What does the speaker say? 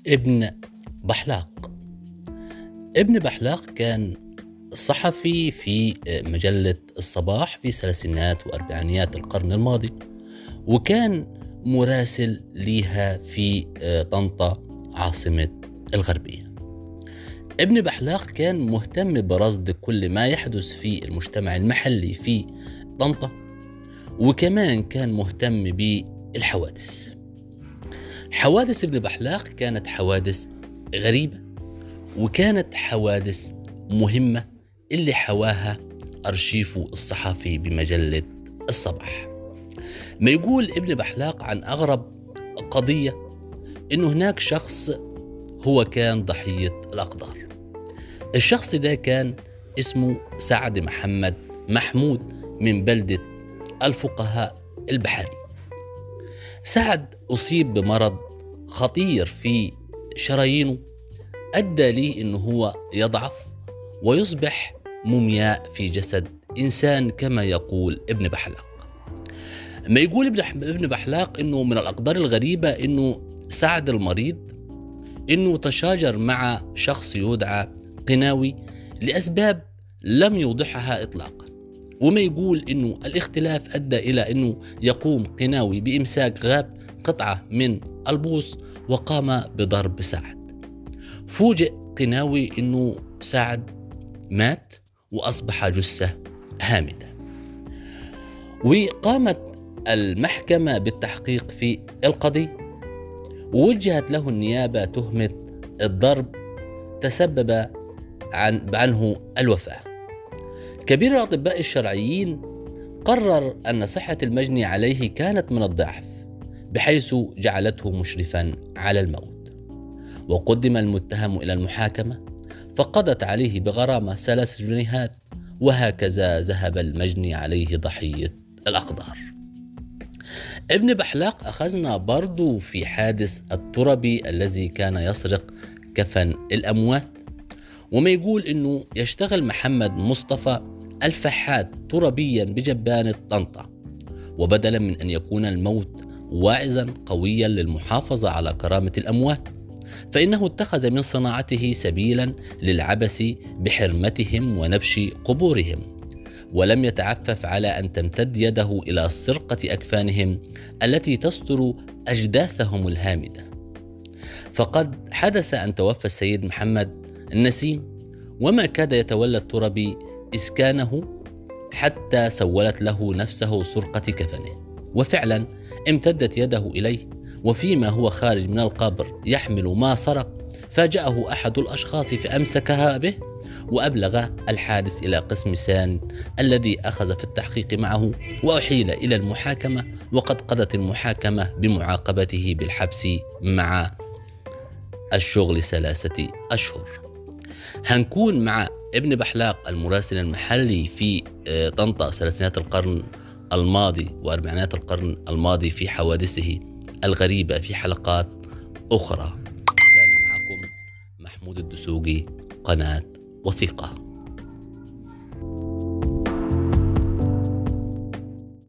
ابن بحلاق. ابن بحلاق كان صحفي في مجلة الصباح في ثلاثينات وأربعينيات القرن الماضي، وكان مراسل ليها في طنطا عاصمة الغربية. ابن بحلاق كان مهتم برصد كل ما يحدث في المجتمع المحلي في طنطا، وكمان كان مهتم بالحوادث. حوادث ابن بحلاق كانت حوادث غريبة، وكانت حوادث مهمة اللي حواها أرشيفه الصحفي بمجلة الصباح. ما يقول ابن بحلاق عن أغرب قضية إنه هناك شخص هو كان ضحية الأقدار. الشخص ده كان اسمه سعد محمد محمود من بلدة الفقهاء البحري. سعد أصيب بمرض خطير في شرايينه أدى ليه إنه هو يضعف ويصبح مومياء في جسد إنسان كما يقول ابن بحلاق. ما يقول ابن بحلاق إنه من الأقدار الغريبة إنه سعد المريض إنه تشاجر مع شخص يدعى قناوي لأسباب لم يوضحها إطلاقا. وما يقول إنه الاختلاف أدى إلى إنه يقوم قناوي بإمساك غاب قطعة من البوص وقام بضرب سعد. فوجئ قناوي إنه سعد مات وأصبح جثة هامدة. وقامت المحكمة بالتحقيق في القضية، ووجهت له النيابة تهمة الضرب تسبب عنه الوفاة. كبير الأطباء الشرعيين قرر أن صحة المجني عليه كانت من الضعف، بحيث جعلته مشرفا على الموت. وقدم المتهم إلى المحاكمة فقضت عليه بغرامة 3 جنيهات، وهكذا ذهب المجني عليه ضحية الأقدار. ابن بحلاق أخذنا برضو في حادث التربي الذي كان يسرق كفن الأموات. وما يقول إنه يشتغل محمد مصطفى الفحات تربيا بجبانة طنطا، وبدلا من أن يكون الموت واعظا قويا للمحافظة على كرامة الأموات، فإنه اتخذ من صناعته سبيلا للعبث بحرمتهم ونبش قبورهم، ولم يتعفف على أن تمتد يده إلى سرقة أكفانهم التي تستر أجداثهم الهامدة. فقد حدث أن توفى السيد محمد النسيم، وما كاد يتولى التربي إسكانه حتى سولت له نفسه سرقة كفنه. وفعلا امتدت يده إليه، وفيما هو خارج من القبر يحمل ما سرق فاجأه أحد الأشخاص فأمسكها به، وأبلغ الحادث إلى قسم سان الذي أخذ في التحقيق معه، وأحيل إلى المحاكمة، وقد قضت المحاكمة بمعاقبته بالحبس مع الشغل 3 أشهر. هنكون مع ابن بحلاق المراسل المحلي في طنطا ثلاثينات القرن الماضي وأربعينات القرن الماضي في حوادثه الغريبة في حلقات أخرى. كان معكم محمود الدسوقي، قناة وثيقة.